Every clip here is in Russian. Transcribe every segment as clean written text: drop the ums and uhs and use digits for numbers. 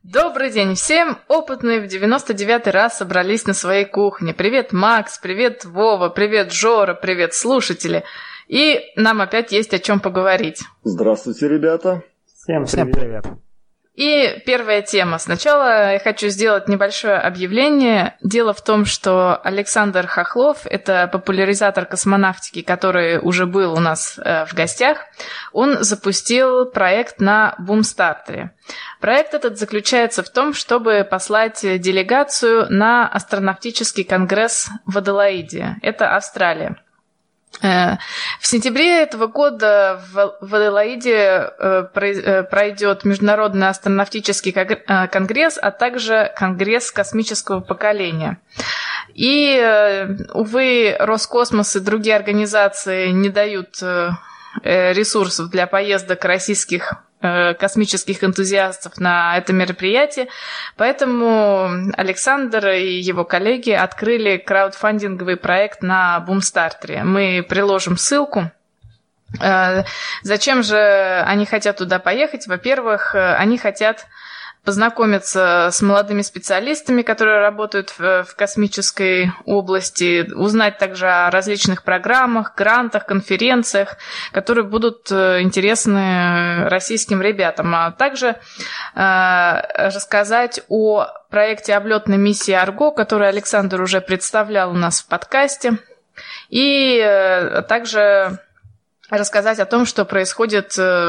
Добрый день всем! Опытные в 99-й раз собрались на своей кухне. Привет, Макс, привет, Вова, привет, Жора, привет, слушатели. И нам опять есть о чем поговорить. Здравствуйте, ребята. Всем привет. И первая тема. Сначала я хочу сделать небольшое объявление. Дело в том, что Александр Хохлов, это популяризатор космонавтики, который уже был у нас в гостях, он запустил проект на Бумстартере. Проект этот заключается в том, чтобы послать делегацию на астронавтический конгресс в Аделаиде. Это Австралия. В сентябре этого года в Аделаиде пройдет Международный астронавтический конгресс, а также Конгресс космического поколения. И, увы, Роскосмос и другие организации не дают ресурсов для поездок российских космических энтузиастов на это мероприятие, поэтому Александр и его коллеги открыли краудфандинговый проект на Бумстартере. Мы приложим ссылку. Зачем же они хотят туда поехать? Во-первых, они хотят познакомиться с молодыми специалистами, которые работают в космической области, узнать также о различных программах, грантах, конференциях, которые будут интересны российским ребятам, а также рассказать о проекте облетной миссии «Арго», который Александр уже представлял у нас в подкасте, и также рассказать о том, что происходит,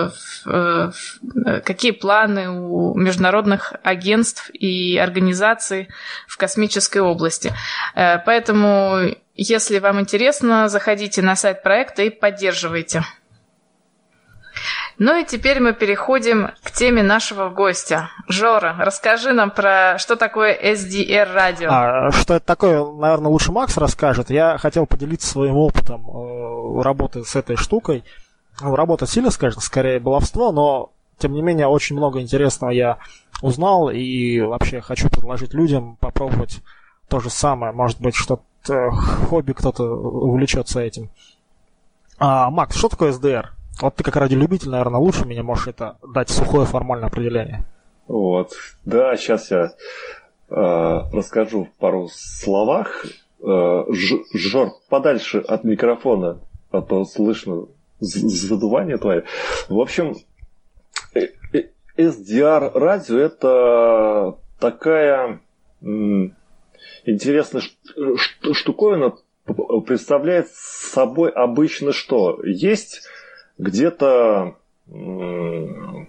какие планы у международных агентств и организаций в космической области. Поэтому, если вам интересно, заходите на сайт проекта и поддерживайте. Ну и теперь мы переходим к теме нашего гостя. Жора, расскажи нам про что такое SDR-радио. Что это такое, наверное, лучше Макс расскажет. Я хотел поделиться своим опытом работы с этой штукой. Работа сильно, скажем, скорее баловство, но, тем не менее, очень много интересного я узнал и вообще хочу предложить людям попробовать то же самое. Может быть, что-то хобби, кто-то увлечется этим. Макс, что такое SDR? Вот ты как радиолюбитель, наверное, лучше меня можешь это дать сухое формальное определение. Вот, да, сейчас я расскажу в пару словах. Жор, подальше от микрофона, а то слышно задувание твое. В общем, SDR-радио – это такая интересная штуковина, представляет собой обычно что? Есть где-то в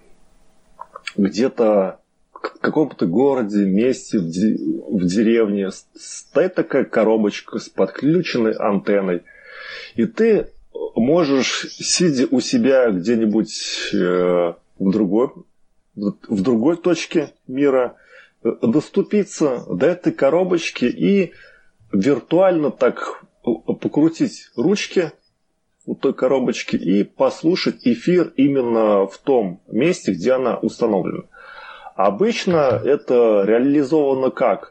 каком-то городе, месте, в деревне стоит такая коробочка с подключенной антенной, и ты можешь, сидя у себя где-нибудь в другой точке мира, доступиться до этой коробочки и виртуально так покрутить ручки у той коробочки и послушать эфир именно в том месте, где она установлена. Обычно это реализовано как?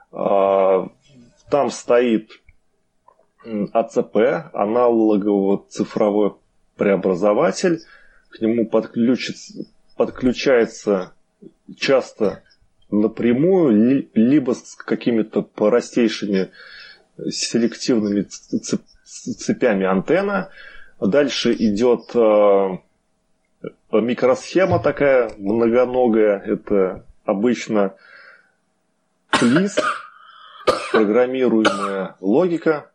Там стоит АЦП, аналогово-цифровой преобразователь, к нему подключается часто напрямую, либо с какими-то простейшими селективными цепями антенна. Дальше идет микросхема такая многоногая. Это обычно плиз, программируемая логика.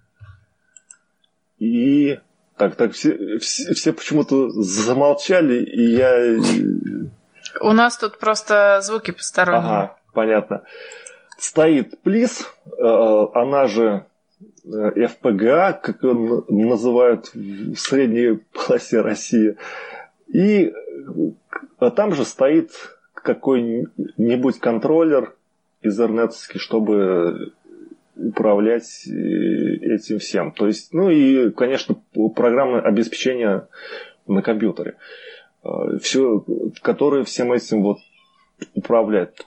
И так все почему-то замолчали, и я... У нас тут просто звуки посторонние. Ага, понятно. Стоит плиз, она же ФПГА, как его называют в средней полосе России. И там же стоит какой-нибудь контроллер изернетовский, чтобы управлять этим всем. То есть, ну и, конечно, программное обеспечение на компьютере, которое всем этим вот управляет.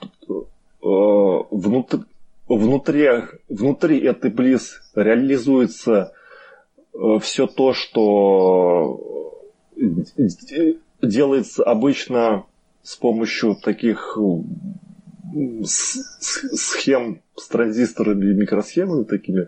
Внутри этой плиз реализуется все то, что делается обычно с помощью таких схем с транзисторами и микросхемами такими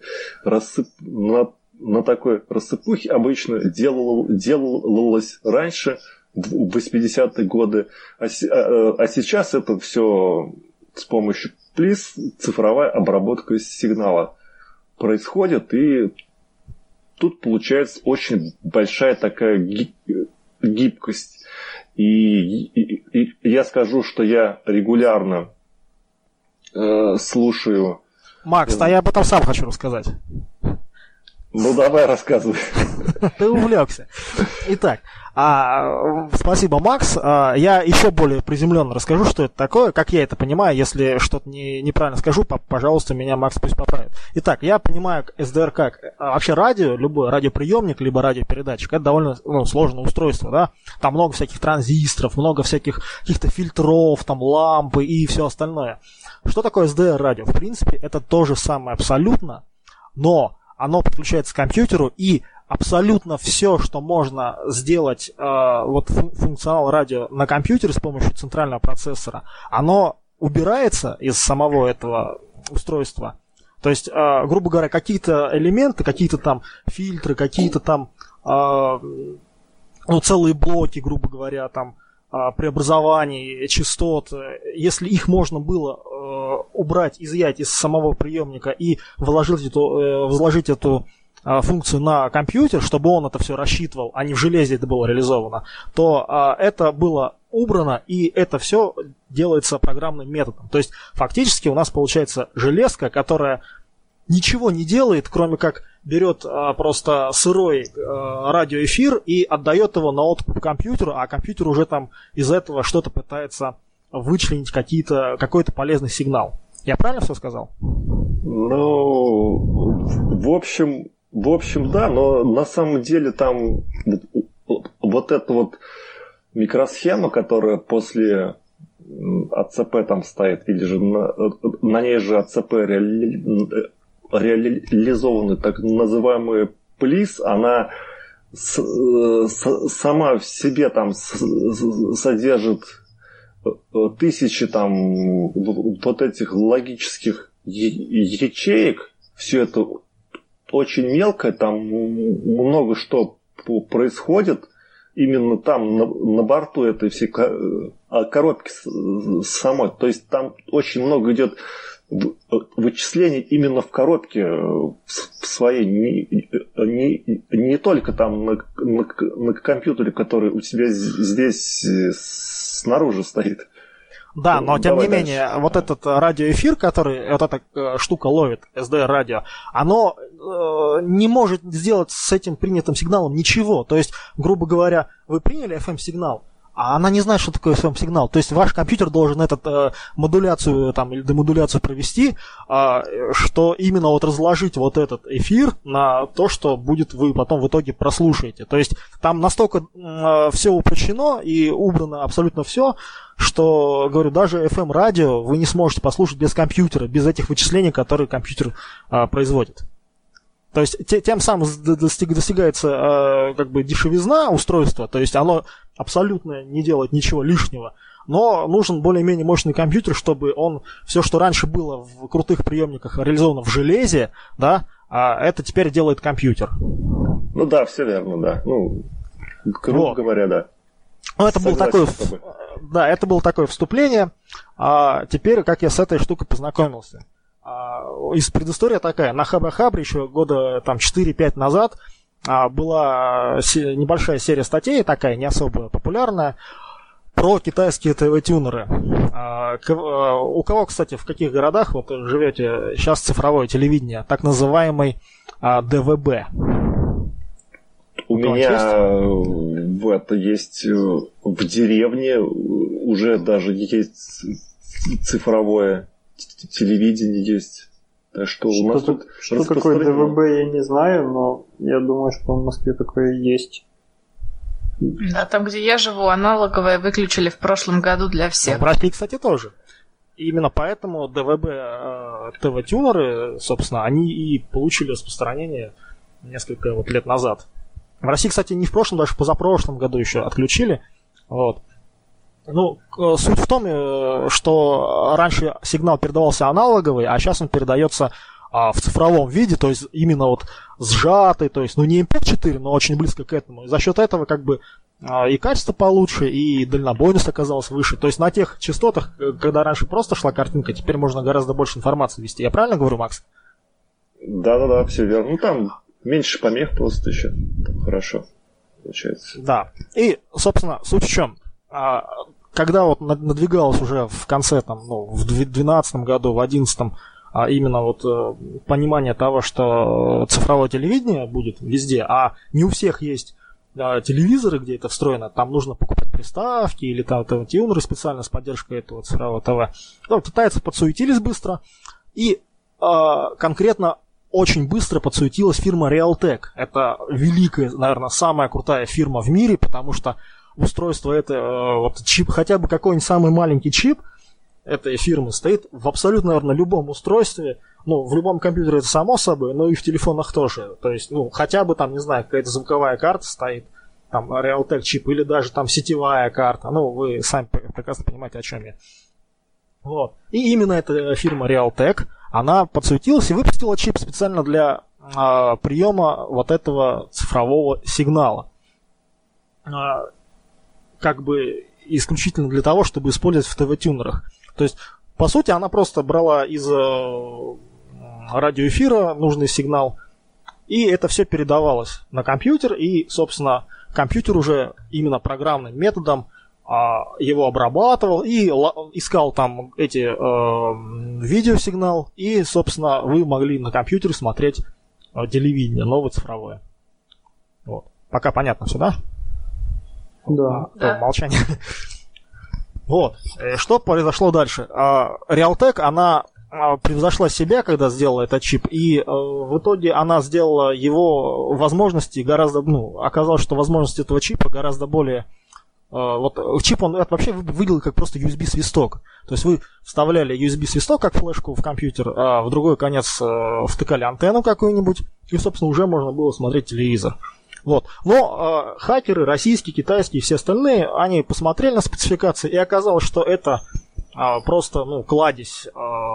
на такой рассыпухе обычно делалось раньше, в 80-е годы, а сейчас это все с помощью ПЛИС, цифровая обработка сигнала происходит, и тут получается очень большая такая гибкость. И я скажу, что я регулярно слушаю... Макс, а я об этом сам хочу рассказать. Ну, давай рассказывай. Ты увлекся. Итак, спасибо, Макс. Я еще более приземленно расскажу, что это такое, как я это понимаю. Если что-то неправильно скажу, пожалуйста, меня Макс пусть поправит. Итак, я понимаю SDR как вообще радио, любой радиоприемник, либо радиопередатчик, это довольно сложное устройство, да. Там много всяких транзисторов, много всяких каких-то фильтров, там лампы и все остальное. Что такое SDR радио? В принципе, это то же самое абсолютно, но оно подключается к компьютеру, и абсолютно все, что можно сделать, функционал радио на компьютере с помощью центрального процессора, оно убирается из самого этого устройства. То есть, грубо говоря, какие-то элементы, какие-то там фильтры, какие-то там целые блоки, грубо говоря, там преобразований, частот, если их можно было убрать, изъять из самого приемника и возложить эту функцию на компьютер, чтобы он это все рассчитывал, а не в железе это было реализовано, то это было убрано, и это все делается программным методом. То есть фактически у нас получается железка, которая ничего не делает, кроме как берет просто сырой радиоэфир и отдает его на откуп компьютеру, а компьютер уже там из этого что-то пытается вычленить какой-то полезный сигнал. Я правильно все сказал? Ну, в общем, да, но на самом деле там вот эта вот микросхема, которая после АЦП там стоит, или же на ней же АЦП реализованы так называемые ПЛИС, она сама в себе там содержит тысячи там вот этих логических ячеек, все это очень мелко, там много что происходит именно там на борту этой всей коробки самой, то есть там очень много идет вычислений именно в коробке своей, не только там на компьютере, который у тебя здесь снаружи стоит. Да, но тем не менее, вот этот радиоэфир, который вот эта штука ловит, SDR-радио, оно не может сделать с этим принятым сигналом ничего. То есть, грубо говоря, вы приняли FM-сигнал, а она не знает, что такое FM-сигнал. То есть ваш компьютер должен модуляцию там, или демодуляцию провести, что именно вот разложить вот этот эфир на то, что вы потом в итоге прослушаете. То есть там настолько все упрощено и убрано абсолютно все, что, говорю, даже FM-радио вы не сможете послушать без компьютера, без этих вычислений, которые компьютер производит. То есть тем самым достигается дешевизна устройства, то есть оно абсолютно не делает ничего лишнего, но нужен более-менее мощный компьютер, чтобы он все, что раньше было в крутых приемниках, реализовано в железе, да, а это теперь делает компьютер. Ну да, все верно, да. Ну, грубо говоря, да. Ну, это было такое вступление. А теперь, как я с этой штукой познакомился. Из предыстории такая. На Хабре еще года 4-5 назад была небольшая серия статей, такая не особо популярная, про китайские ТВ-тюнеры. У кого, кстати, в каких городах вот живете сейчас цифровое телевидение, так называемый ДВБ? У меня есть в деревне, уже даже есть цифровое телевидение есть. Так что у нас тут что такое ДВБ, я не знаю, но я думаю, что в Москве такое есть. Да, там, где я живу, аналоговое выключили в прошлом году для всех. В России, кстати, тоже. И именно поэтому ДВБ ТВ-тюнеры, собственно, они и получили распространение несколько лет назад. В России, кстати, не в прошлом, даже позапрошлом году еще отключили. Вот. Ну, суть в том, что раньше сигнал передавался аналоговый, а сейчас он передается в цифровом виде, то есть именно вот сжатый, то есть, ну, не MP4, но очень близко к этому. И за счет этого как бы и качество получше, и дальнобойность оказалась выше. То есть на тех частотах, когда раньше просто шла картинка, теперь можно гораздо больше информации ввести. Я правильно говорю, Макс? Да, все верно. Ну, там меньше помех просто еще. Там хорошо получается. Да. И, собственно, суть в чем? Когда вот надвигалось уже в конце, там, ну, в 2012 году, в 2011, именно вот понимание того, что цифровое телевидение будет везде, а не у всех есть телевизоры, где это встроено, там нужно покупать приставки или там тюнеры специально с поддержкой этого цифрового ТВ. Ну, китайцы подсуетились быстро, и конкретно очень быстро подсуетилась фирма Realtek. Это великая, наверное, самая крутая фирма в мире, потому что устройство это, вот чип, хотя бы какой-нибудь самый маленький чип этой фирмы стоит в абсолютно, наверное, любом устройстве. Ну, в любом компьютере это само собой, но и в телефонах тоже. То есть, ну, хотя бы там, не знаю, какая-то звуковая карта стоит, там, Realtek чип, или даже там сетевая карта. Ну, вы сами прекрасно понимаете, о чем я. Вот. И именно эта фирма Realtek, она подсуетилась и выпустила чип специально для приема вот этого цифрового сигнала. Как бы исключительно для того, чтобы использовать в ТВ-тюнерах. То есть, по сути, она просто брала из радиоэфира нужный сигнал, и это все передавалось на компьютер, и, собственно, компьютер уже именно программным методом его обрабатывал и искал там эти видеосигнал, и, собственно, вы могли на компьютере смотреть телевидение, новое цифровое. Вот. Пока понятно все, да? Да. Молчание. Вот. Что произошло дальше? Realtek, она превзошла себя, когда сделала этот чип, и в итоге она сделала его возможности гораздо, ну, оказалось, что возможности этого чипа гораздо более... Вот чип, он вообще выглядел как просто USB-свисток. То есть вы вставляли USB-свисток как флешку в компьютер, а в другой конец втыкали антенну какую-нибудь, и, собственно, уже можно было смотреть телевизор. Вот. Но хакеры, российские, китайские и все остальные, они посмотрели на спецификации, и оказалось, что это просто, ну, кладезь,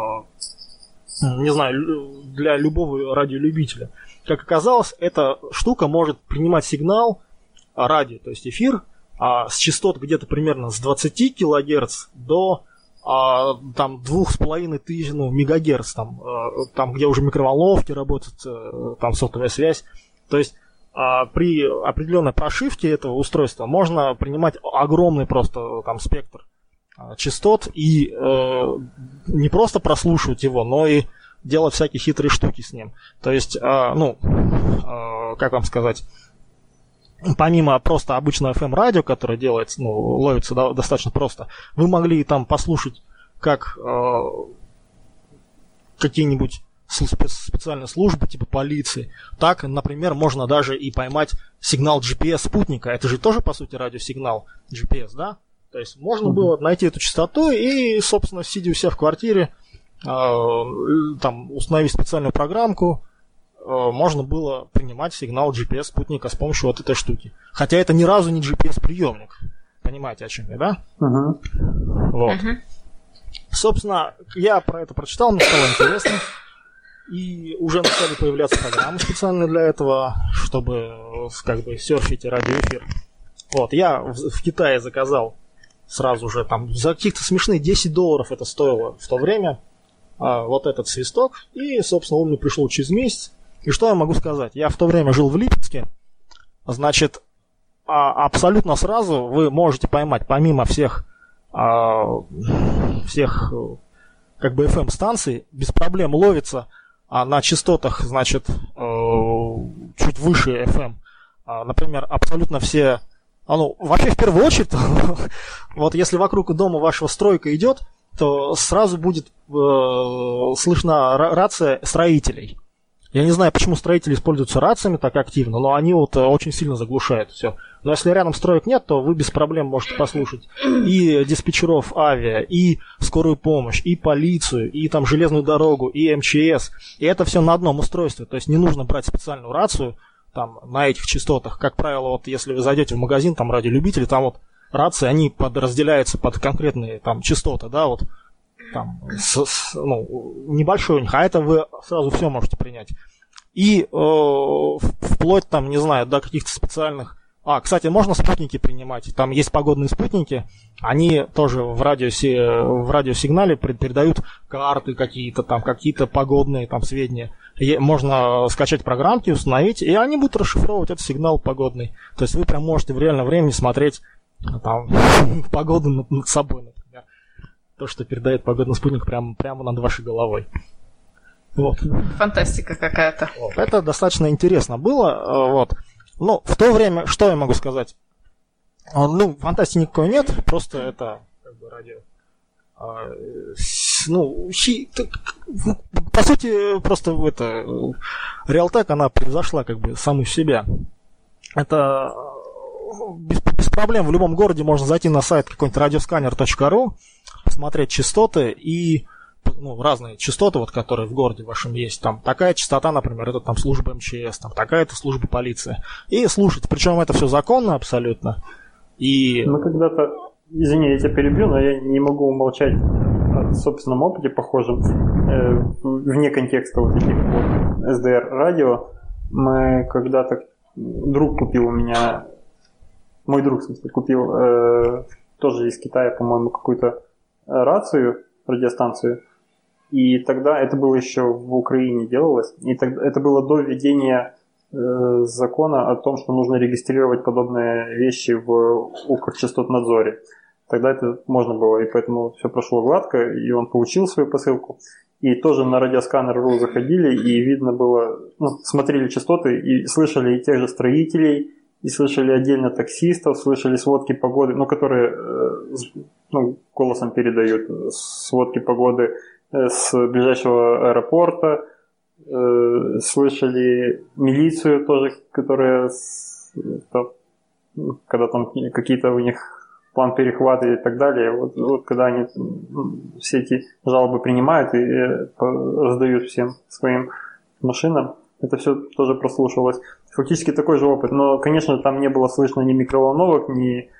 не знаю, для любого радиолюбителя. Как оказалось, эта штука может принимать сигнал радио, то есть эфир, с частот где-то примерно с 20 кГц до там 2500 мегагерц, там где уже микроволновки работают, там сотовая связь. То есть при определенной прошивке этого устройства можно принимать огромный просто там спектр частот и не просто прослушивать его, но и делать всякие хитрые штуки с ним. То есть, как вам сказать, помимо просто обычного FM-радио, которое делается, ну, ловится достаточно просто, вы могли там послушать, как какие-нибудь специальные службы типа полиции. Так, например, можно даже и поймать сигнал GPS спутника. Это же тоже, по сути, радиосигнал GPS, да? То есть можно было найти эту частоту и, собственно, сидя у себя в квартире, там, установить специальную программку, можно было принимать сигнал GPS спутника с помощью вот этой штуки. Хотя это ни разу не GPS-приемник. Понимаете, о чем я, да? Вот. Собственно, я про это прочитал, мне стало интересно. И уже начали появляться программы специальные для этого, чтобы как бы серфить радиоэфир. Вот, я в Китае заказал сразу же, там за каких-то смешные $10 это стоило в то время, вот этот свисток. И, собственно, он мне пришел через месяц. И что я могу сказать? Я в то время жил в Липецке. Значит, абсолютно сразу вы можете поймать, помимо всех как бы FM-станций, без проблем ловится на частотах, значит, чуть выше FM. Например, абсолютно все... вообще, в первую очередь, вот если вокруг дома вашего стройка идет, то сразу будет слышна рация строителей. Я не знаю, почему строители используются рациями так активно, но они вот очень сильно заглушают все. Но если рядом строек нет, то вы без проблем можете послушать и диспетчеров авиа, и скорую помощь, и полицию, и там железную дорогу, и МЧС. И это все на одном устройстве. То есть не нужно брать специальную рацию там на этих частотах. Как правило, вот если вы зайдете в магазин, там радиолюбители, там вот рации, они подразделяются под конкретные там частоты, да, вот там небольшой у них, а это вы сразу все можете принять. И вплоть там, не знаю, до каких-то специальных... Кстати, можно спутники принимать. Там есть погодные спутники. Они тоже в радиосигнале передают карты какие-то, там какие-то погодные там сведения. И можно скачать программки, установить, и они будут расшифровывать этот сигнал погодный. То есть вы прям можете в реальном времени смотреть там погоду над собой, например. То, что передает погодный спутник прямо над вашей головой. Вот. Фантастика какая-то. Вот. Это достаточно интересно было. Вот. Ну, в то время, что я могу сказать? Фантастики никакой нет, просто это как бы радио. По сути, просто Realtek, она превзошла как бы саму себя. Это без проблем в любом городе можно зайти на сайт какой-нибудь radioscanner.ru, посмотреть частоты и разные частоты, вот, которые в городе вашем есть. Там такая частота, например, это там служба МЧС, там такая-то служба полиции. И слушать. Причем это все законно абсолютно. И... Мы когда-то, извини, я тебя перебью, но я не могу умолчать о собственном опыте похожем. Вне контекста вот этих вот SDR-радио. Мы когда-то... Друг купил у меня... Мой друг, в смысле, купил тоже из Китая, по-моему, какую-то рацию, радиостанцию. И тогда это было еще в Украине делалось. И тогда, это было до введения закона о том, что нужно регистрировать подобные вещи в Укрчастотнадзоре. Тогда это можно было, и поэтому все прошло гладко, и он получил свою посылку. И тоже на радиосканер.ру заходили, и видно было, смотрели частоты, и слышали и тех же строителей, и слышали отдельно таксистов, слышали сводки погоды, которые голосом передают сводки погоды с ближайшего аэропорта, слышали милицию тоже, которая, когда там какие-то у них план перехвата и так далее, вот когда они все эти жалобы принимают и раздают всем своим машинам, это все тоже прослушивалось. Фактически такой же опыт, но, конечно, там не было слышно ни микроволновок, ни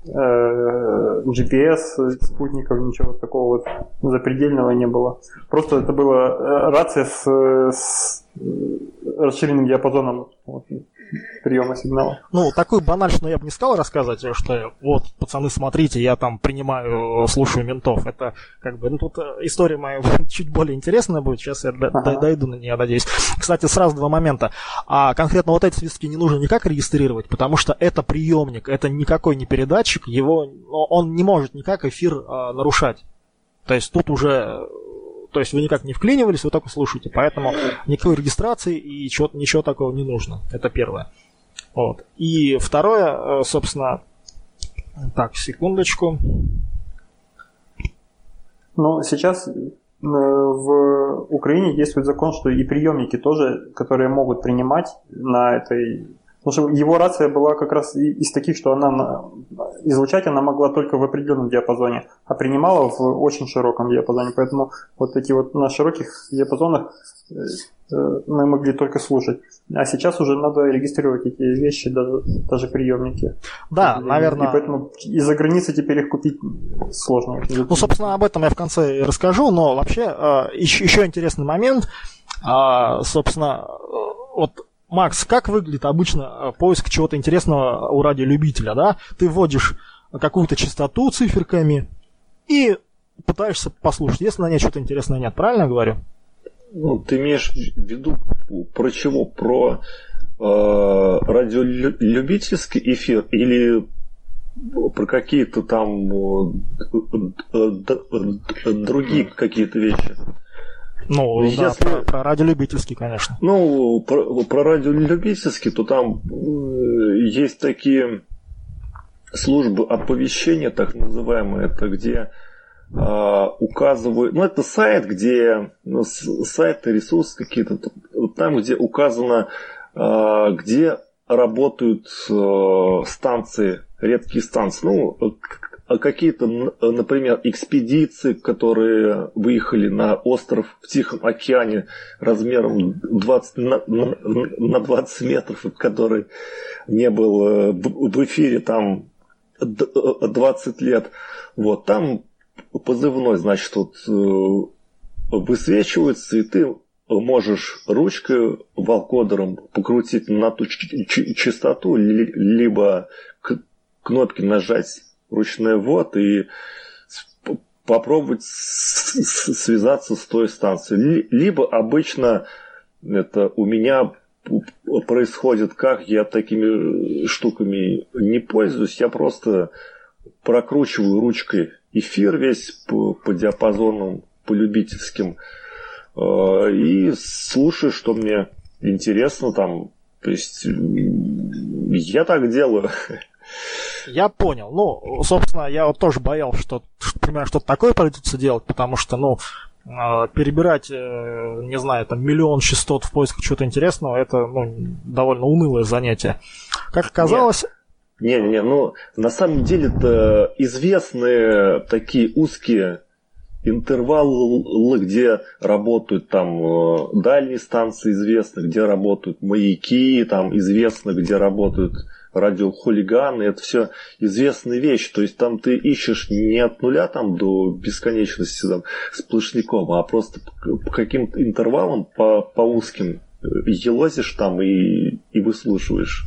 GPS, спутников, ничего такого вот запредельного не было. Просто это была рация с расширенным диапазоном приема сигнала. Такую банальщину я бы не стал рассказывать, что вот, пацаны, смотрите, я там слушаю ментов. Это как бы, тут история моя чуть более интересная будет, сейчас я дойду на нее, надеюсь. Кстати, сразу два момента. А конкретно вот эти свистки не нужно никак регистрировать, потому что это приемник, это никакой не передатчик, он не может никак эфир нарушать. То есть тут уже... То есть вы никак не вклинивались, вы только слушаете. Поэтому никакой регистрации и ничего такого не нужно. Это первое. Вот. И второе, собственно... Так, секундочку. Сейчас в Украине действует закон, что и приемники тоже, которые могут принимать на этой... Потому что его рация была как раз из таких, что излучать она могла только в определенном диапазоне, а принимала в очень широком диапазоне. Поэтому вот эти вот на широких диапазонах мы могли только слушать. А сейчас уже надо регистрировать эти вещи, даже приемники. Да, наверное. И поэтому из-за границы теперь их купить сложно. Собственно, об этом я в конце расскажу, но вообще еще интересный момент. Собственно, вот Макс, как выглядит обычно поиск чего-то интересного у радиолюбителя, да? Ты вводишь какую-то частоту циферками и пытаешься послушать, если на ней что-то интересное нет. Правильно я говорю? Ты имеешь в виду про чего? Про радиолюбительский эфир или про какие-то там другие какие-то вещи? Если... про радиолюбительский, конечно. Про радиолюбительский, то там есть такие службы оповещения, так называемые, это где указывают... это сайт, где... сайты, ресурсы какие-то, там, где указано, где работают станции, редкие станции. Какие-то, например, экспедиции, которые выехали на остров в Тихом океане размером 20 на 20 метров, который не был в эфире там 20 лет. Вот, там позывной, значит, вот высвечивается, и ты можешь ручкой волкодером покрутить на ту частоту, либо кнопки нажать ручной ввод и попробовать связаться с той станцией. Либо обычно это у меня происходит как, я такими штуками не пользуюсь, я просто прокручиваю ручкой эфир весь по диапазонам, по любительским, и слушаю, что мне интересно там. То есть я так делаю. Я понял. Ну, собственно, я вот тоже боялся, что примерно что-то такое придется делать, потому что, ну, перебирать, не знаю, там миллион частот в поисках чего-то интересного, это, ну, довольно унылое занятие. Как оказалось... Не, ну, на самом деле-то известные такие узкие интервалы, где работают там дальние станции, известны, где работают маяки, там известно, где работают радиохулиганы, это все известные вещи. То есть там ты ищешь не от нуля там до бесконечности там, сплошняком, а просто по каким-то интервалам, по узким елозишь там и выслушиваешь.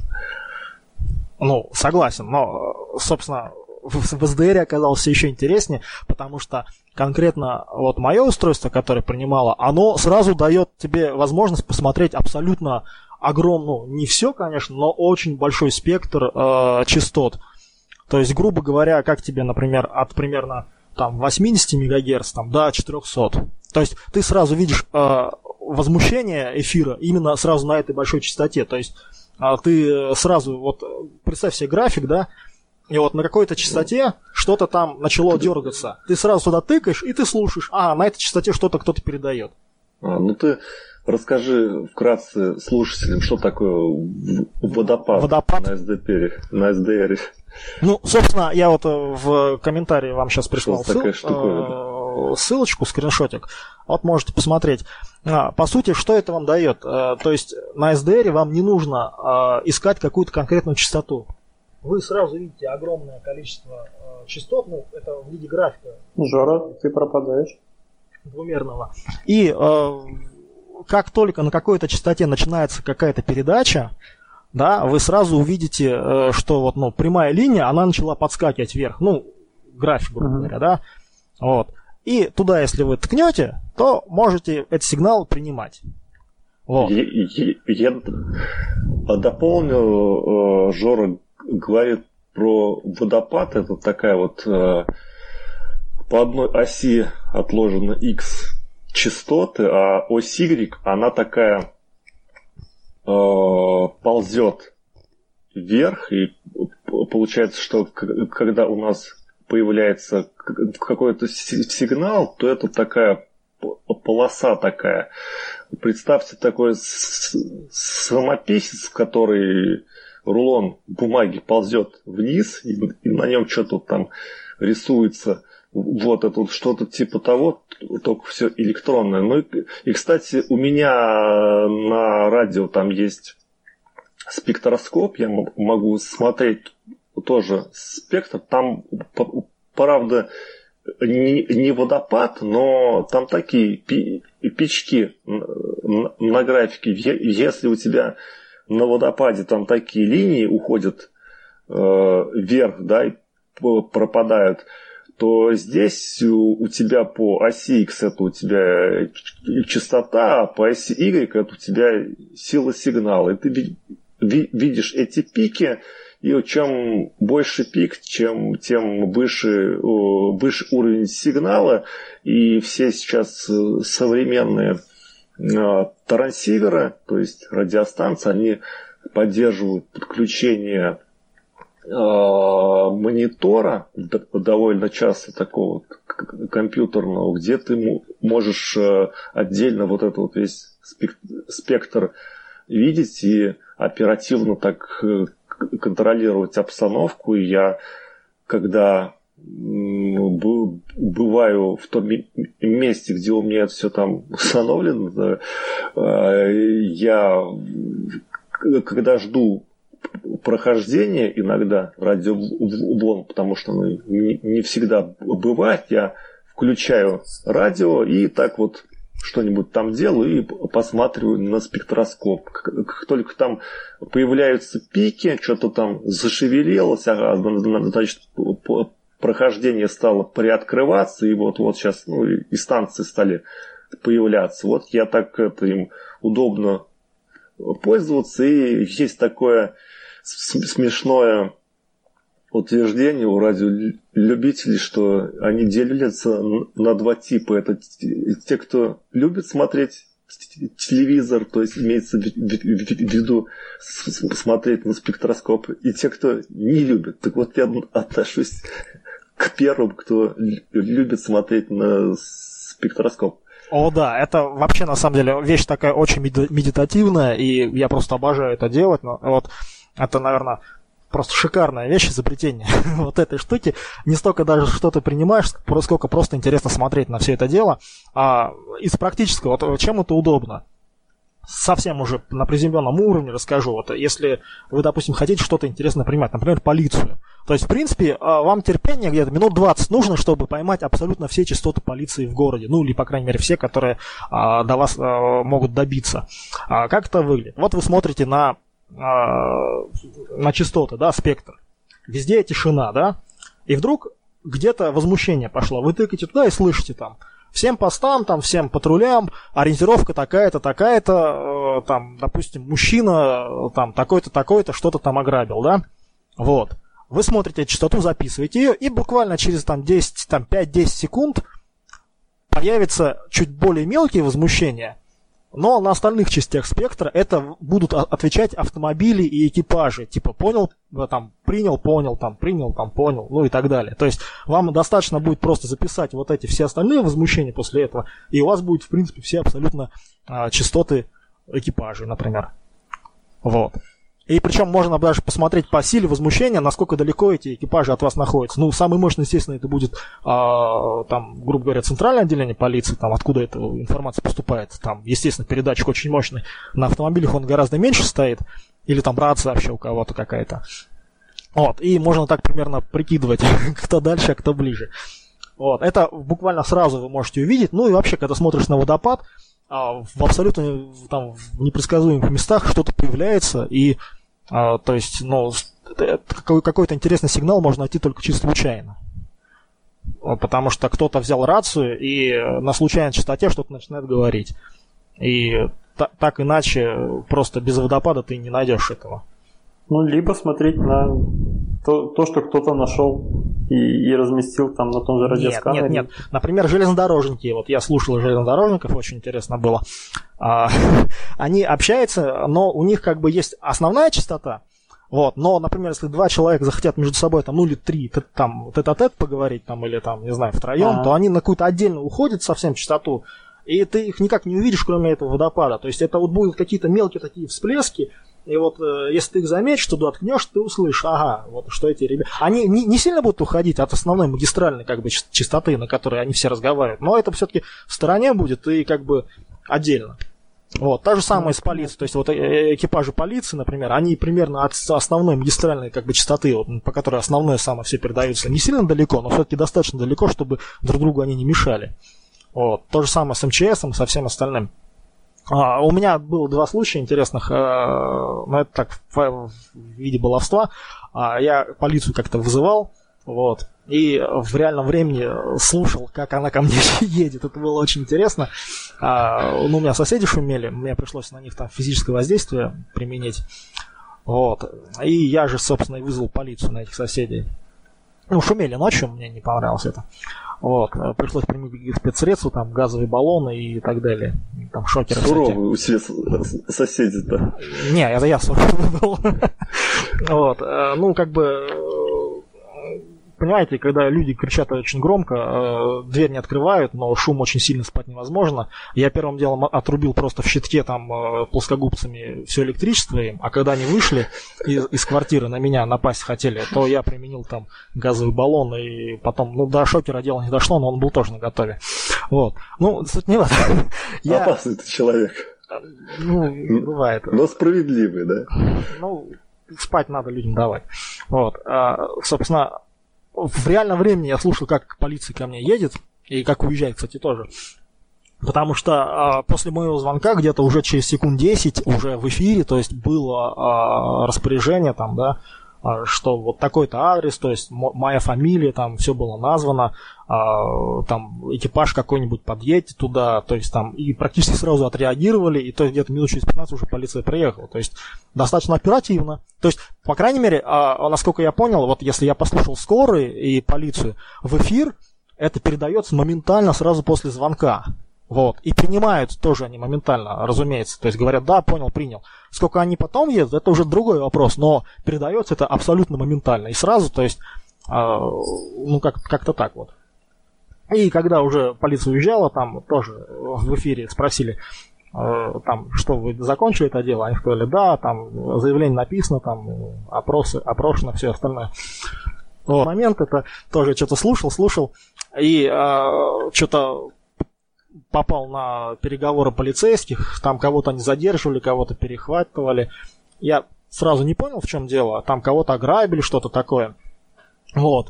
Ну, согласен, но, собственно, в SDR оказалось все еще интереснее, потому что конкретно вот мое устройство, которое принимало, оно сразу дает тебе возможность посмотреть абсолютно огромную, не все, конечно, но очень большой спектр частот. То есть, грубо говоря, как тебе, например, от примерно там 80 МГц там, до 400. То есть ты сразу видишь возмущение эфира именно сразу на этой большой частоте. То есть ты сразу, вот представь себе график, да, и вот на какой-то частоте что-то там начало дергаться. Ты сразу туда тыкаешь, и ты слушаешь, на этой частоте что-то кто-то передает. Ну ты расскажи вкратце слушателям, что такое водопад. На SDR. Ну, собственно, я вот в комментарии вам сейчас прислал ссылочку, скриншотик. Вот можете посмотреть. По сути, что это вам дает? То есть на SDR вам не нужно искать какую-то конкретную частоту. Вы сразу видите огромное количество частот, ну, это в виде графика. Жора, ты пропадаешь. Двумерного. И как только на какой-то частоте начинается какая-то передача, да, вы сразу увидите, что вот, ну, прямая линия, она начала подскакивать вверх, ну, график, грубо говоря, да, вот. И туда, если вы ткнете, то можете этот сигнал принимать. Вот. Я дополню, Жора говорит про водопад, это такая вот по одной оси отложена X частоты, а ось Y, она такая ползет вверх, и получается, что когда у нас появляется какой-то сигнал, то это такая полоса такая. Представьте такой самописец, в который рулон бумаги ползет вниз, и на нем что-то там рисуется. Вот это вот что-то типа того, только все электронное. Ну и, кстати, у меня на радио там есть спектроскоп, я могу смотреть тоже спектр. Там, правда, не водопад, но там такие пички на графике. Если у тебя на водопаде там такие линии уходят вверх, да, и пропадают, то здесь у тебя по оси X это у тебя частота, а по оси Y это у тебя сила сигнала. И ты видишь эти пики, и чем больше пик, тем выше уровень сигнала. И все сейчас современные трансиверы, то есть радиостанции, они поддерживают подключение монитора, довольно часто такого компьютерного, где ты можешь отдельно вот этот вот весь спектр видеть и оперативно так контролировать обстановку. И я, когда бываю в том месте, где у меня это все там установлено, я, когда жду прохождения иногда радиоблога, потому что не всегда бывает. Я включаю радио и так вот что-нибудь там делаю и посматриваю на спектроскоп. Как только там появляются пики, что-то там зашевелилось, значит, прохождение стало приоткрываться, и вот сейчас и станции стали появляться. Вот я так им удобно пользоваться, и есть такое смешное утверждение у радиолюбителей, что они делятся на два типа. Это те, кто любит смотреть телевизор, то есть имеется в виду смотреть на спектроскоп, и те, кто не любит. Так вот я отношусь к первым, кто любит смотреть на спектроскоп. О, да, это вообще, на самом деле, вещь такая очень медитативная, и я просто обожаю это делать. Но вот это, наверное, просто шикарная вещь, изобретение вот этой штуки. Не столько даже что ты принимаешь, сколько просто интересно смотреть на все это дело. А из практического, вот чем это удобно? Совсем уже на приземленном уровне расскажу. Вот если вы, допустим, хотите что-то интересное принимать, например, полицию. То есть, в принципе, вам терпение где-то минут 20 нужно, чтобы поймать абсолютно все частоты полиции в городе. Ну, или, по крайней мере, все, которые до вас могут добиться. Как это выглядит? Вот вы смотрите на частоты, да, спектр. Везде тишина, да. И вдруг где-то возмущение пошло. Вы тыкаете туда и слышите там: всем постам, там, всем патрулям, ориентировка такая-то, такая-то, там, допустим, мужчина, там, такой-то, такой-то, что-то там ограбил, да? Вот. Вы смотрите частоту, записываете ее, и буквально через там 5-10 секунд появятся чуть более мелкие возмущения, но на остальных частях спектра это будут отвечать автомобили и экипажи. Типа понял, там, принял, понял, там, принял, там, понял, ну и так далее. То есть вам достаточно будет просто записать вот эти все остальные возмущения после этого, и у вас будет, в принципе, все абсолютно частоты экипажей, например. Вот. И причем можно даже посмотреть по силе возмущения, насколько далеко эти экипажи от вас находятся. Ну, самый мощный, естественно, это будет, там, грубо говоря, центральное отделение полиции, там, откуда эта информация поступает. Там, естественно, передатчик очень мощный. На автомобилях он гораздо меньше стоит. Или там рация вообще у кого-то какая-то. Вот. И можно так примерно прикидывать, кто дальше, а кто ближе. Вот. Это буквально сразу вы можете увидеть. Ну и вообще, когда смотришь на водопад, в абсолютно там, в непредсказуемых местах что-то появляется, и то есть, ну, какой-то интересный сигнал можно найти только чисто случайно. Потому что кто-то взял рацию и на случайной частоте что-то начинает говорить. И так иначе просто без водопада ты не найдешь этого. Ну, либо смотреть на то, что кто-то нашел и разместил там на том же радиосканере. Нет. Например, железнодорожники. Вот я слушал железнодорожников, очень интересно было. Они общаются, но у них как бы есть основная частота. Вот, но, например, если два человека захотят между собой, там, ну или три, там, тет-а-тет поговорить, там, или там, не знаю, втроем, то они на какую-то отдельно уходят совсем частоту, и ты их никак не увидишь, кроме этого водопада. То есть это вот будут какие-то мелкие такие всплески. И вот если ты их заметишь, туда ткнешь, ты услышишь, ага, вот что эти ребята. Они не сильно будут уходить от основной магистральной как бы частоты, на которой они все разговаривают, но это все-таки в стороне будет и как бы отдельно. Вот, та же самая с полицией, то есть вот экипажи полиции, например, они примерно от основной магистральной как бы частоты, вот, по которой основное самое все передаются, не сильно далеко, но все-таки достаточно далеко, чтобы друг другу они не мешали. Вот, то же самое с МЧСом, со всем остальным. У меня было два случая интересных, но это так в виде баловства. Я полицию как-то вызывал, вот, и в реальном времени слушал, как она ко мне едет. Это было очень интересно. У меня соседи шумели, мне пришлось на них там физическое воздействие применить. Вот. И я же, собственно, и вызвал полицию на этих соседей. Ну, шумели ночью, мне не понравилось это. Вот, пришлось применить спецсредства, там, газовые баллоны и так далее. Там шокеры. Суровые у тебя соседи-то. Не, это я суровый был. Вот, ну, как бы, понимаете, когда люди кричат очень громко, дверь не открывают, но шум очень сильно, спать невозможно. Я первым делом отрубил просто в щитке там плоскогубцами все электричество им, а когда они вышли из квартиры на меня напасть хотели, то я применил там газовый баллон, и потом, ну, до шокера дело не дошло, но он был тоже наготове. Вот. Ну, суть не в этом. Опасный ты человек. Ну, бывает. Но справедливый, да? Ну, спать надо людям давать. Вот. Собственно, в реальном времени я слушал, как полиция ко мне едет, и как уезжает, кстати, тоже. Потому что после моего звонка где-то уже через секунд 10 уже в эфире, то есть было распоряжение там, да, что вот такой-то адрес, то есть моя фамилия, там все было названо, там экипаж какой-нибудь подъедет туда, то есть там и практически сразу отреагировали, и то есть где-то минут через 15 уже полиция приехала, то есть достаточно оперативно. То есть, по крайней мере, насколько я понял, вот если я послушал скорые и полицию, в эфир это передается моментально сразу после звонка. Вот. И принимают тоже они моментально, разумеется. То есть говорят, да, понял, принял. Сколько они потом едут, это уже другой вопрос. Но передается это абсолютно моментально. И сразу, то есть, как-то так вот. И когда уже полиция уезжала, там тоже в эфире спросили, там, что вы закончили это дело? Они сказали, да, там заявление написано, там опрошено, все остальное. Вот. Момент это тоже что-то слушал. И что-то попал на переговоры полицейских, там кого-то они задерживали, кого-то перехватывали. Я сразу не понял, в чем дело, там кого-то ограбили, что-то такое. Вот.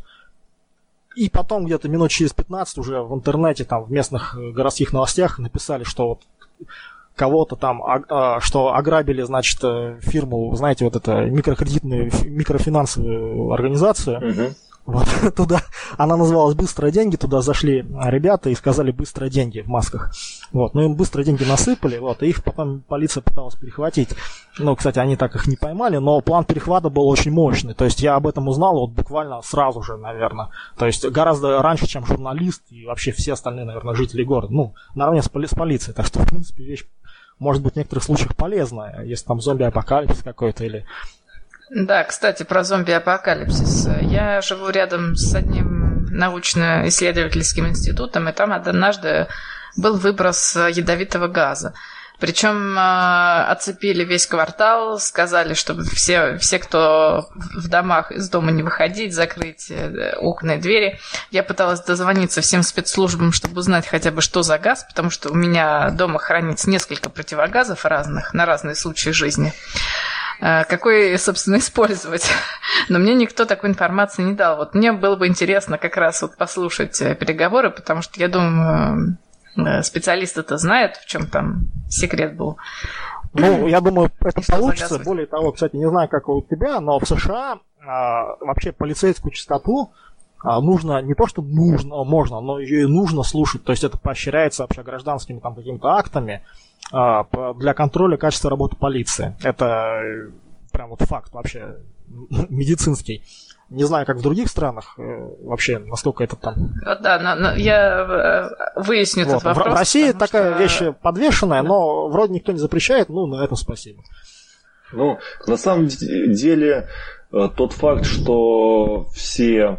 И потом где-то минут через 15 уже в интернете, там в местных городских новостях написали, что вот кого-то там, что ограбили, значит, фирму, знаете, вот это микрокредитную, микрофинансовую организацию. Угу. Вот, туда, она называлась «Быстрые деньги», туда зашли ребята и сказали «Быстрые деньги» в масках. Вот, но им быстро деньги насыпали, вот, и их потом полиция пыталась перехватить. Ну, кстати, они так их не поймали, но план перехвата был очень мощный. То есть я об этом узнал вот буквально сразу же, наверное. То есть гораздо раньше, чем журналист и вообще все остальные, наверное, жители города. Ну, наравне с полицией. Так что, в принципе, вещь может быть в некоторых случаях полезная, если там зомби-апокалипсис какой-то или... Да, кстати, про зомби-апокалипсис. Я живу рядом с одним научно-исследовательским институтом, и там однажды был выброс ядовитого газа. Причем оцепили весь квартал, сказали, чтобы все, кто в домах, из дома не выходить, закрыть окна и двери. Я пыталась дозвониться всем спецслужбам, чтобы узнать хотя бы, что за газ, потому что у меня дома хранится несколько противогазов разных, на разные случаи жизни. Какой, собственно, использовать. Но мне никто такой информации не дал. Вот мне было бы интересно как раз вот послушать переговоры, потому что, я думаю, специалисты-то знают, в чем там секрет был. Ну, я думаю, это получится. Более того, кстати, не знаю, как у тебя, но в США вообще полицейскую частоту нужно, не то что нужно, можно, но ее и нужно слушать. То есть это поощряется вообще гражданскими там какими-то актами для контроля качества работы полиции. Это прям вот факт вообще медицинский. Не знаю, как в других странах вообще, насколько это там... Да, но я выясню этот вопрос. В России такая вещь подвешенная, но вроде никто не запрещает, ну, на этом спасибо. Ну, на самом деле, тот факт, что все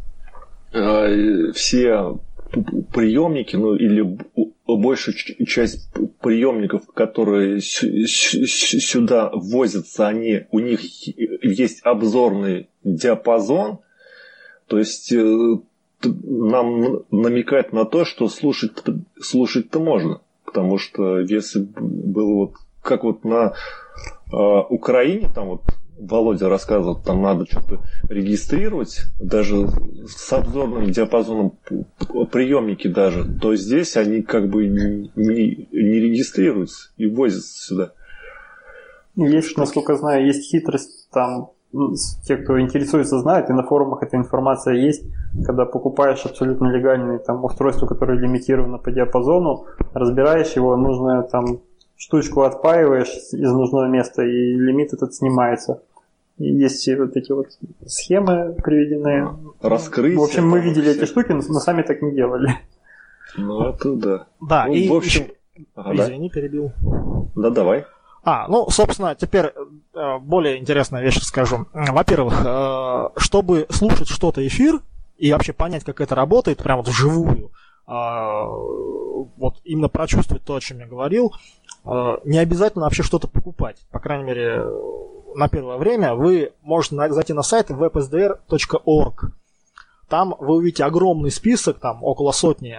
приемники, ну, или большая часть приемников, которые сюда ввозятся, у них есть обзорный диапазон, то есть нам намекает на то, что слушать-то можно, потому что если было вот как вот на Украине, там вот Володя рассказывал, там надо что-то регистрировать, даже с обзорным диапазоном приемники даже, то здесь они как бы не регистрируются и возятся сюда. Есть, насколько знаю, есть хитрость там, те, кто интересуется, знают, и на форумах эта информация есть, когда покупаешь абсолютно легальное там устройство, которое лимитировано по диапазону, разбираешь его, нужно там штучку отпаиваешь из нужного места, и лимит этот снимается. И есть все вот эти вот схемы приведенные. Раскрытие. В общем, мы видели эти штуки, но сами так не делали. Ну, это да. Да, ну, и в общем... Извини, перебил. Да, давай. Ну, собственно, теперь более интересная вещь скажу. Во-первых, чтобы слушать что-то эфир и вообще понять, как это работает, прямо вот вживую, вот именно прочувствовать то, о чем я говорил, не обязательно вообще что-то покупать. По крайней мере, на первое время вы можете зайти на сайт websdr.org. Там вы увидите огромный список, там около сотни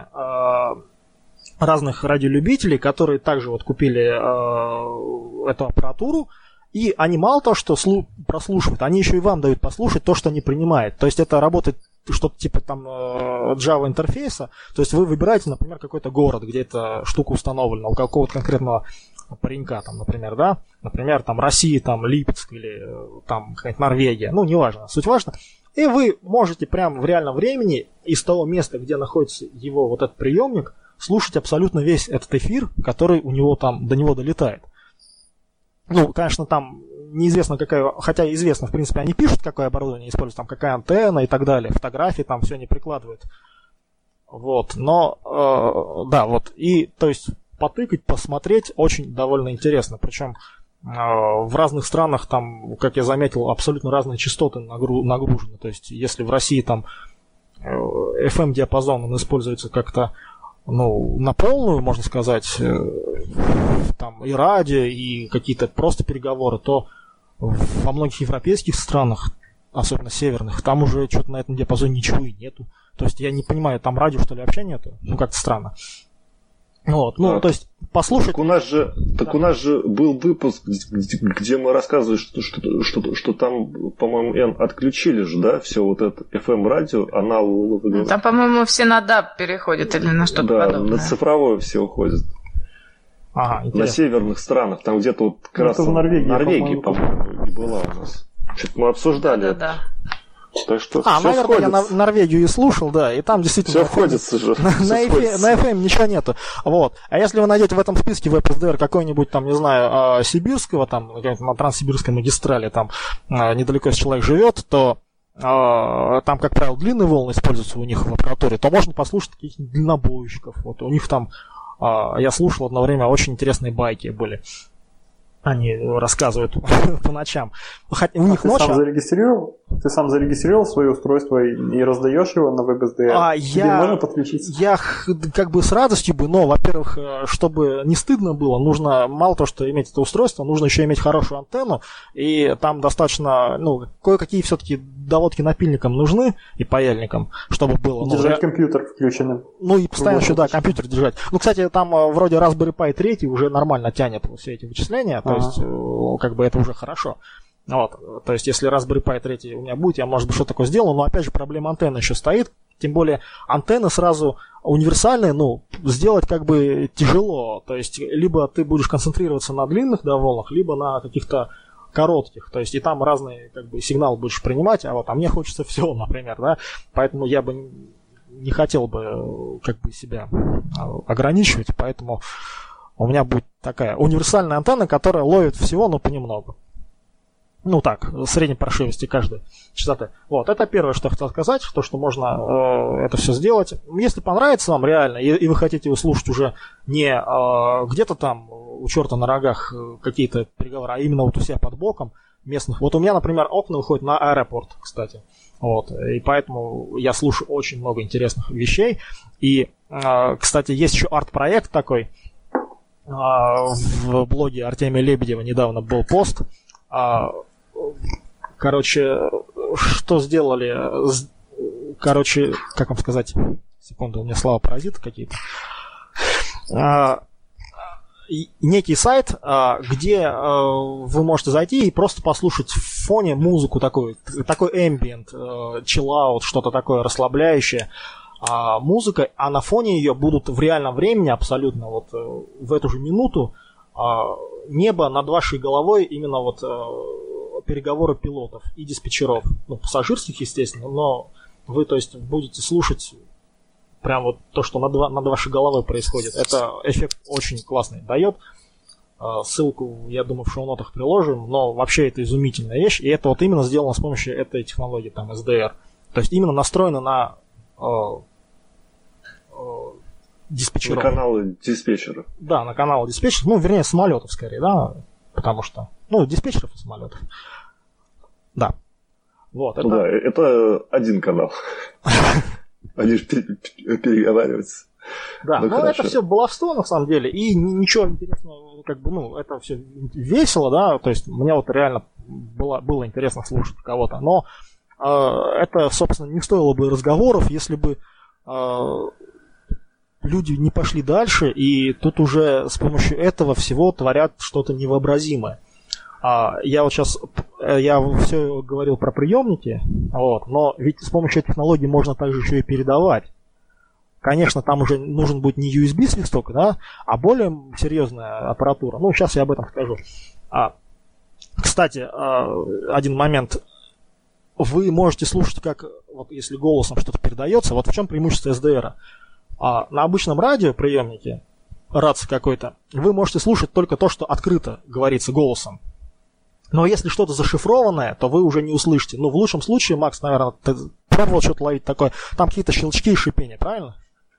разных радиолюбителей, которые также вот купили эту аппаратуру И они мало того, что прослушивают, они еще и вам дают послушать то, что они принимают. То есть это работает что-то типа там Java интерфейса. То есть вы выбираете, например, какой-то город, где эта штука установлена, у какого-то конкретного паренька, там, например, да, например, там Россия, там Липецк или там какая-нибудь Норвегия, ну, неважно, суть важна. И вы можете прямо в реальном времени из того места, где находится его вот этот приемник, слушать абсолютно весь этот эфир, который у него там до него долетает. Ну, конечно, там неизвестно какая, хотя известно, в принципе, они пишут, какое оборудование используют, там какая антенна и так далее, фотографии там все не прикладывают. Вот, но, да, вот, и, то есть, потыкать, посмотреть очень довольно интересно, причем в разных странах там, как я заметил, абсолютно разные частоты нагружены, то есть, если в России там FM-диапазон, он используется как-то, ну, на полную, можно сказать, там и радио, и какие-то просто переговоры, то во многих европейских странах, особенно северных, там уже что-то на этом диапазоне ничего и нету. То есть я не понимаю, там радио что ли вообще нету? Ну как-то странно. Вот, ну, то есть послушать... Так у нас же был выпуск, где мы рассказывали, что там, по-моему, N отключили же, да, все вот это FM-радио, аналоговое. Там, по-моему, все на DAB переходят или на что-то подобное. Да, на цифровое все уходит. Ага, на северных странах, там где-то вот как раз в Норвегии, по-моему, и была у нас. Что-то мы обсуждали. Да. Так что наверное, сходится. Я Норвегию и слушал, да, и там действительно... Все входится же. На FM ничего нету. Вот. А если вы найдете в этом списке WebSDR какой-нибудь, там, не знаю, сибирского, там, на Транссибирской магистрали, там, недалеко, если человек живет, то там, как правило, длинные волны используются у них в аппаратуре, то можно послушать каких-нибудь длиннобойщиков. Вот. У них там, я слушал одно время, очень интересные байки были. Они рассказывают по ночам. У них ты сам зарегистрировал свое устройство и раздаешь его на WebSDR? Тебе можно подключиться? Я как бы с радостью бы, но, во-первых, чтобы не стыдно было, нужно мало того, что иметь это устройство, нужно еще иметь хорошую антенну, и там достаточно, ну, кое-какие все-таки доводки напильникам нужны и паяльникам, чтобы было... Держать компьютер включенным. Ну и постоянно еще, да, компьютер держать. Ну, кстати, там вроде Raspberry Pi 3 уже нормально тянет все эти вычисления, то есть, как бы это уже хорошо. Вот, то есть, если Raspberry Pi 3 у меня будет, я, может быть, что такое сделаю, но, опять же, проблема антенны еще стоит, тем более, антенны сразу универсальные, ну, сделать как бы тяжело, то есть, либо ты будешь концентрироваться на длинных, да, волнах, либо на каких-то коротких, то есть, и там разные, как бы, сигналы будешь принимать, а мне хочется всего, например, да, поэтому я бы не хотел бы, как бы, себя ограничивать, поэтому у меня будет такая универсальная антенна, которая ловит всего, но понемногу. Ну так, средней паршивости каждой частоты. Вот, это первое, что я хотел сказать, то, что можно это все сделать. Если понравится вам реально, и вы хотите услышать уже не где-то там у черта на рогах какие-то переговоры, а именно вот у себя под боком местных. Вот у меня, например, окна выходят на аэропорт, кстати. Вот, и поэтому я слушаю очень много интересных вещей. И, кстати, есть еще арт-проект такой. В блоге Артемия Лебедева недавно был пост. Короче, что сделали? Короче, как вам сказать? Секунду, у меня слова паразиты какие-то. Некий сайт, где вы можете зайти и просто послушать в фоне музыку такой ambient, chill-out, что-то такое расслабляющее. Музыка, а на фоне ее будут в реальном времени абсолютно вот в эту же минуту небо над вашей головой, именно вот переговоры пилотов и диспетчеров, ну, пассажирских, естественно, но вы, то есть, будете слушать прям вот то, что над вашей головой происходит. Это эффект очень классный дает. Ссылку, я думаю, в шоу-нотах приложим, но вообще это изумительная вещь, и это вот именно сделано с помощью этой технологии, там, SDR. То есть именно настроено на диспетчеров. На каналы диспетчеров. Да, на каналы диспетчеров, ну, вернее, самолетов скорее, да, потому что, ну, диспетчеров и самолетов. Да. Вот, это... Да, это один канал. Они же переговариваются. Да, ну это все баловство на самом деле, и ничего интересного, как бы, ну, это все весело, да, то есть мне вот реально было интересно слушать кого-то, но это, собственно, не стоило бы разговоров, если бы люди не пошли дальше, и тут уже с помощью этого всего творят что-то невообразимое. Я вот сейчас, я все говорил про приемники, вот, но ведь с помощью этой технологии можно также еще и передавать. Конечно, там уже нужен будет не USB-свисток, да, а более серьезная аппаратура. Ну, сейчас я об этом скажу. Кстати, один момент. Вы можете слушать, как, вот если голосом что-то передается, вот в чем преимущество SDR. На обычном радиоприемнике, рация какой-то, вы можете слушать только то, что открыто говорится голосом. Но если что-то зашифрованное, то вы уже не услышите. Ну, в лучшем случае, Макс, наверное, ты пробовал что-то ловить такое, там какие-то щелчки и шипения, правильно?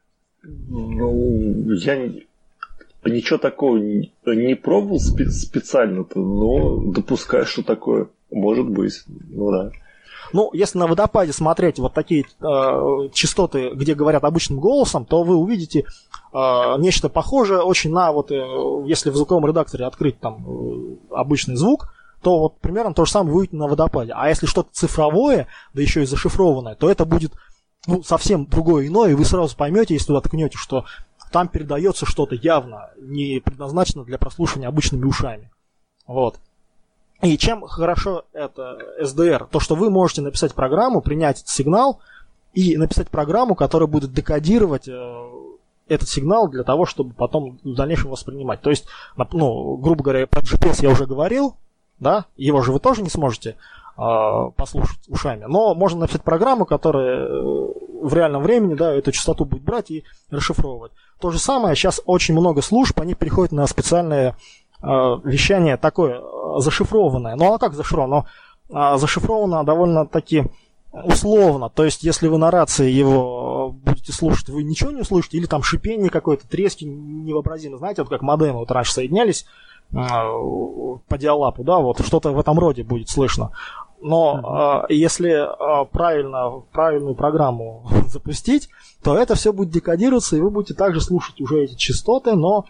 Ну, я ничего такого не пробовал специально-то, но допускаю, что такое может быть. Ну да. Ну, если на водопаде смотреть вот такие частоты, где говорят обычным голосом, то вы увидите нечто похожее очень на вот, если в звуковом редакторе открыть там обычный звук, то вот примерно то же самое вы увидите на водопаде. А если что-то цифровое, да еще и зашифрованное, то это будет совсем другое иное, и вы сразу поймете, если туда ткнете, что там передается что-то явно не предназначено для прослушивания обычными ушами. Вот. И чем хорошо это SDR? То, что вы можете написать программу, принять этот сигнал и написать программу, которая будет декодировать этот сигнал для того, чтобы потом в дальнейшем воспринимать. То есть, грубо говоря, про GPS я уже говорил, да, его же вы тоже не сможете послушать ушами, но можно написать программу, которая в реальном времени, да, эту частоту будет брать и расшифровывать. То же самое, сейчас очень много служб, они переходят на специальное вещание такое зашифрованное. Ну, а как зашифровано? Зашифровано довольно-таки условно. То есть, если вы на рации его будете слушать, вы ничего не услышите, или там шипение какое-то, трески невообразимые. Знаете, вот как модемы вот раньше соединялись по диалапу, да, вот что-то в этом роде будет слышно. Но если правильную программу запустить, то это все будет декодироваться, и вы будете также слушать уже эти частоты, но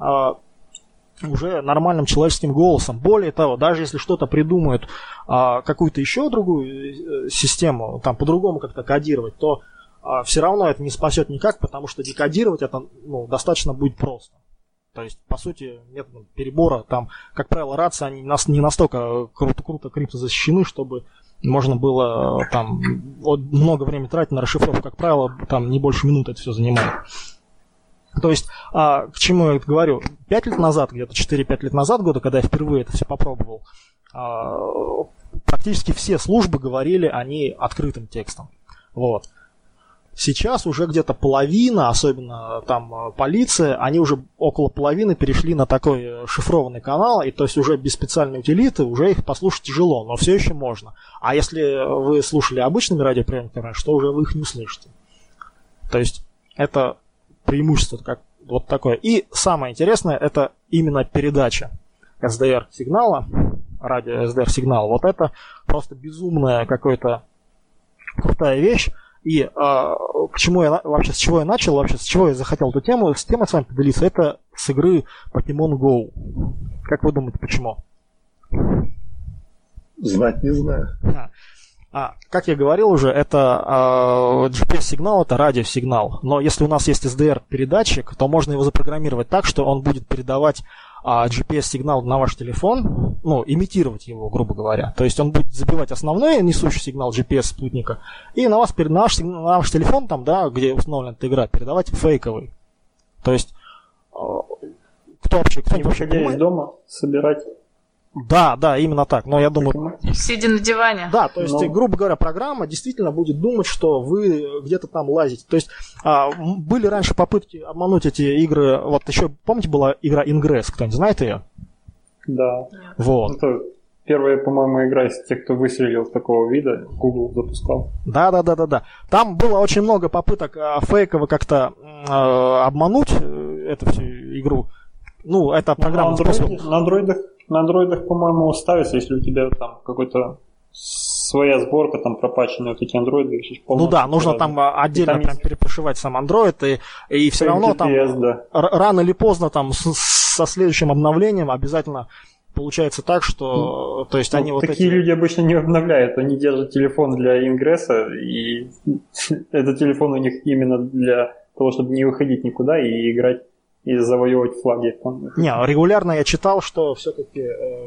уже нормальным человеческим голосом. Более того, даже если что-то придумают, какую-то еще другую систему, там по-другому как-то кодировать, то все равно это не спасет никак, потому что декодировать это достаточно будет просто. То есть, по сути, методом перебора, там, как правило, рации, они не настолько круто криптозащищены, чтобы можно было там много времени тратить на расшифровку. Как правило, там не больше минуты это все занимает. То есть, к чему я это говорю? 5 лет назад, где-то 4-5 лет назад, когда я впервые это все попробовал, практически все службы говорили они открытым текстом. Вот. Сейчас уже где-то половина, особенно там полиция, они уже около половины перешли на такой шифрованный канал, и то есть уже без специальной утилиты уже их послушать тяжело, но все еще можно. А если вы слушали обычными радиоприемниками, что уже вы их не услышите. То есть это преимущество как вот такое. И самое интересное, это именно передача SDR сигнала, радио SDR сигнал. Вот это просто безумная какая-то крутая вещь. И с чего я начал, вообще, с чего я захотел эту тему, с темой с вами поделиться, это с игры Pokemon Go. Как вы думаете, почему? Знать не знаю. Как я говорил уже, это GPS-сигнал, это радиосигнал. Но если у нас есть SDR-передатчик, то можно его запрограммировать так, что он будет передавать GPS-сигнал на ваш телефон, имитировать его, грубо говоря. То есть он будет забивать основной несущий сигнал GPS-спутника, и на ваш телефон, там, да, где установлена эта игра, передавать фейковый. То есть кто вообще выходя из дома, собирать. Да, именно так. Но я думаю... Сидя на диване. Да, то есть, грубо говоря, программа действительно будет думать, что вы где-то там лазите. То есть, были раньше попытки обмануть эти игры. Вот еще, помните, была игра Ingress? Кто-нибудь знает ее? Да. Вот. Это первая, по-моему, игра из тех, кто выстрелил с такого вида. Google запускал. Да. Там было очень много попыток фейково как-то обмануть эту всю игру. Это программа... На андроидах, по-моему, ставится, если у тебя там какой-то своя сборка, там пропаченные вот эти андроиды. Нужно там отдельно там прям перепрошивать сам андроид, и все равно GPS, там рано или поздно там со следующим обновлением обязательно получается так, что то есть они такие люди обычно не обновляют, они держат телефон для ингресса, и этот телефон у них именно для того, чтобы не выходить никуда и играть и завоевывать флаги. Регулярно я читал, что все-таки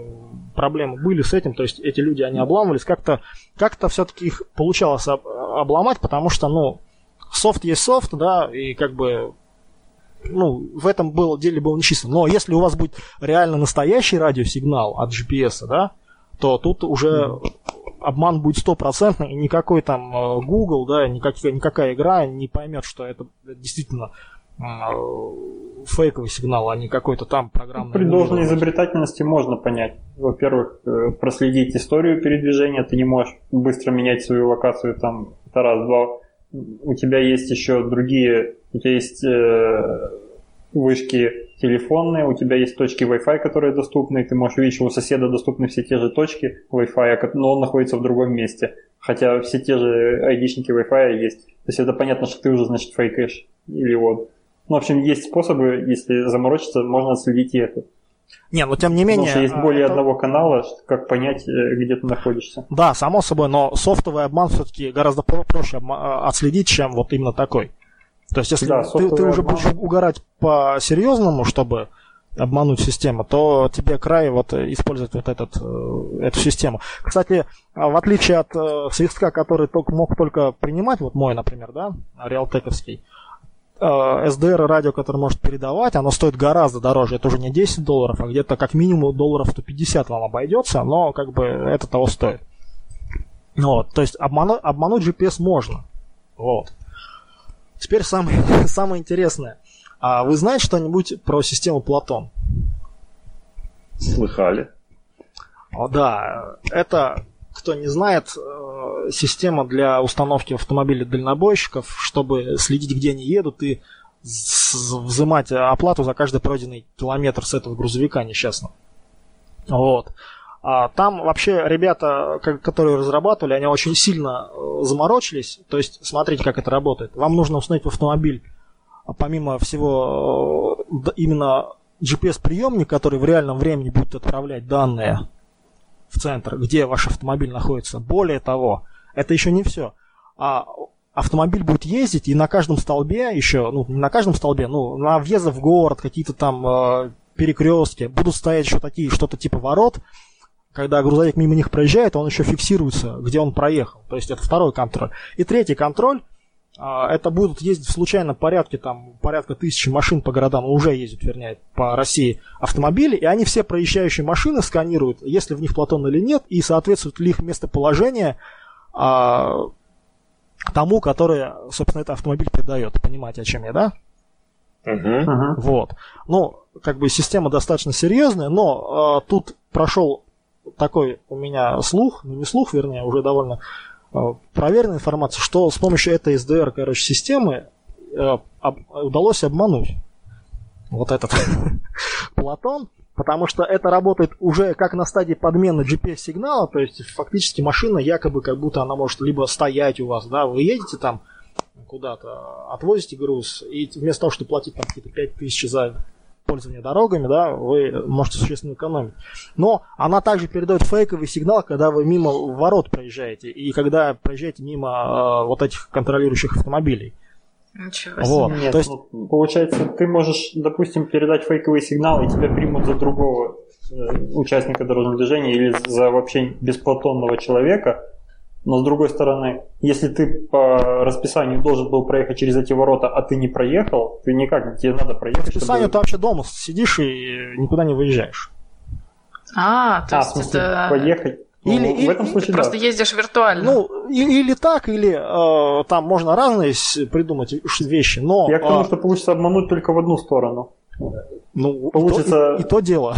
проблемы были с этим, то есть эти люди, они обламывались, как-то все-таки их получалось обломать, потому что, софт есть софт, да, и как бы, в этом деле было нечисто. Но если у вас будет реально настоящий радиосигнал от GPS, да, то тут уже обман будет 100%, и никакой там Google, да, никакая игра не поймет, что это действительно фейковый сигнал, а не какой-то там программный. При должной изобретательности можно понять. Во-первых, проследить историю передвижения, ты не можешь быстро менять свою локацию, там, это раз, два. У тебя есть еще другие, у тебя есть вышки телефонные, у тебя есть точки Wi-Fi, которые доступны, ты можешь видеть, что у соседа доступны все те же точки Wi-Fi, но он находится в другом месте, хотя все те же айдишники Wi-Fi есть. То есть это понятно, что ты уже, значит, фейкаешь. Или вот. В общем, есть способы, если заморочиться, можно отследить и это. Но тем не менее... Потому что есть более одного канала, как понять, где ты находишься. Да, само собой, но софтовый обман все-таки гораздо проще отследить, чем вот именно такой. То есть, если ты уже будешь угорать по-серьезному, чтобы обмануть систему, то тебе край использовать эту систему. Кстати, в отличие от свистка, который мог только принимать, вот мой, например, да, реалтековский, SDR радио, которое может передавать, оно стоит гораздо дороже. Это уже не $10, а где-то как минимум $150 вам обойдется, но как бы это того стоит. То есть обмануть GPS можно. Вот. Теперь самое интересное. А вы знаете что-нибудь про систему Платон? Слыхали. Да, это, кто не знает, система для установки автомобилей дальнобойщиков, чтобы следить, где они едут, и взимать оплату за каждый пройденный километр с этого грузовика несчастного. Вот. Там вообще ребята, которые разрабатывали, они очень сильно заморочились. То есть, смотрите, как это работает. Вам нужно установить в автомобиль, помимо всего, именно GPS-приемник, который в реальном времени будет отправлять данные в центр, где ваш автомобиль находится. Более того, это еще не все. Автомобиль будет ездить, и на каждом столбе еще, не на каждом столбе, на въезды в город, какие-то там перекрестки, будут стоять еще такие, что-то типа ворот. Когда грузовик мимо них проезжает, он еще фиксируется, где он проехал. То есть это второй контроль. И третий контроль, это будут ездить в случайном порядке, там порядка 1000 машин по городам, уже ездят, вернее, по России автомобили, и они все проезжающие машины сканируют, есть ли в них Платон или нет, и соответствует ли их местоположение тому, который, собственно, этот автомобиль передает. Понимаете, о чем я, да? Вот. Как бы система достаточно серьезная, но тут прошел такой у меня слух, не слух, вернее, уже довольно проверенная информация, что с помощью этой SDR, системы удалось обмануть вот этот Платон, потому что это работает уже как на стадии подмены GPS-сигнала, то есть фактически машина якобы как будто она может либо стоять у вас, да, вы едете там куда-то, отвозите груз, и вместо того, чтобы платить там какие-то 5000 за пользование дорогами, да, вы можете существенно экономить. Но она также передает фейковый сигнал, когда вы мимо ворот проезжаете, и когда проезжаете мимо вот этих контролирующих автомобилей. Ничего себе. Вот. Нет, то есть... получается, ты можешь, допустим, передать фейковый сигнал, и тебя примут за другого участника дорожного движения или за вообще бесплатонного человека. Но с другой стороны, если ты по расписанию должен был проехать через эти ворота, а ты не проехал, ты никак, тебе надо проехать. По расписанию ты вообще дома сидишь и никуда не выезжаешь. То есть в смысле, это... поехать. В этом случае просто ездишь виртуально. Или так, или там можно разные придумать вещи, но... Я к тому, что получится обмануть только в одну сторону. Получится... И то дело.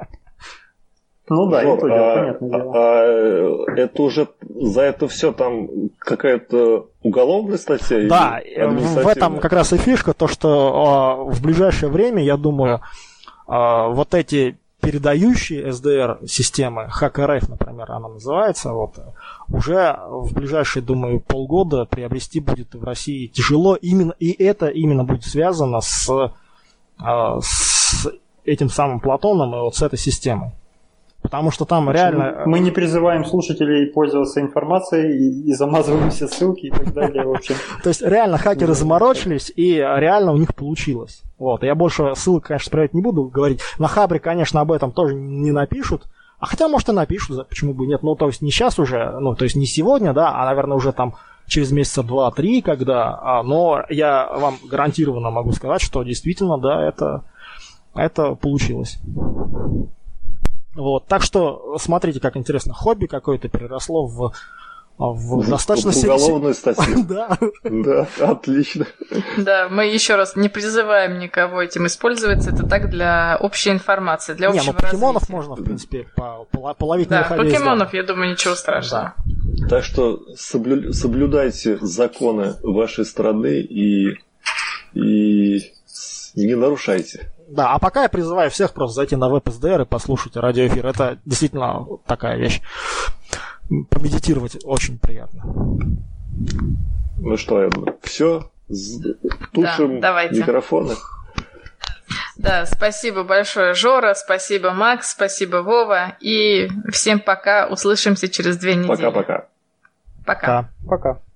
Да, это понятное дело. Это уже за это все там какая-то уголовная статья? Да, в этом как раз и фишка, то что в ближайшее время, я думаю, вот эти передающие SDR-системы, HackRF, например, она называется, уже в ближайшие, думаю, полгода приобрести будет в России тяжело, и это именно будет связано с этим самым Платоном и с этой системой. Потому что там реально... Мы не призываем слушателей пользоваться информацией и замазываем все ссылки и так далее, в общем. То есть реально хакеры заморочились, и реально у них получилось. Я больше ссылок, конечно, справить не буду говорить. На Хабре, конечно, об этом тоже не напишут, А хотя, может, и напишут, почему бы нет. Ну, то есть не сейчас уже, ну, то есть не сегодня, да, а, наверное, уже там через месяца 2-3, когда... но я вам гарантированно могу сказать, что действительно, да, это получилось. Вот. Так что смотрите, как интересно, хобби какое-то переросло в достаточно уголовную статью. Да. Да, отлично. Да, мы еще раз не призываем никого этим использоваться. Это так для общей информации, для общего развития. Покемонов можно, в принципе, половить на ходу. Да, покемонов, я думаю, ничего страшного. Да. Так что соблюдайте законы вашей страны и не нарушайте. Да, а пока я призываю всех просто зайти на веб SDR и послушать радиоэфир. Это действительно такая вещь. Помедитировать очень приятно. Ну что, все, тушим микрофоны. Да, спасибо большое, Жора, спасибо, Макс, спасибо, Вова. И всем пока, услышимся через 2 недели. Пока-пока. Пока. Пока.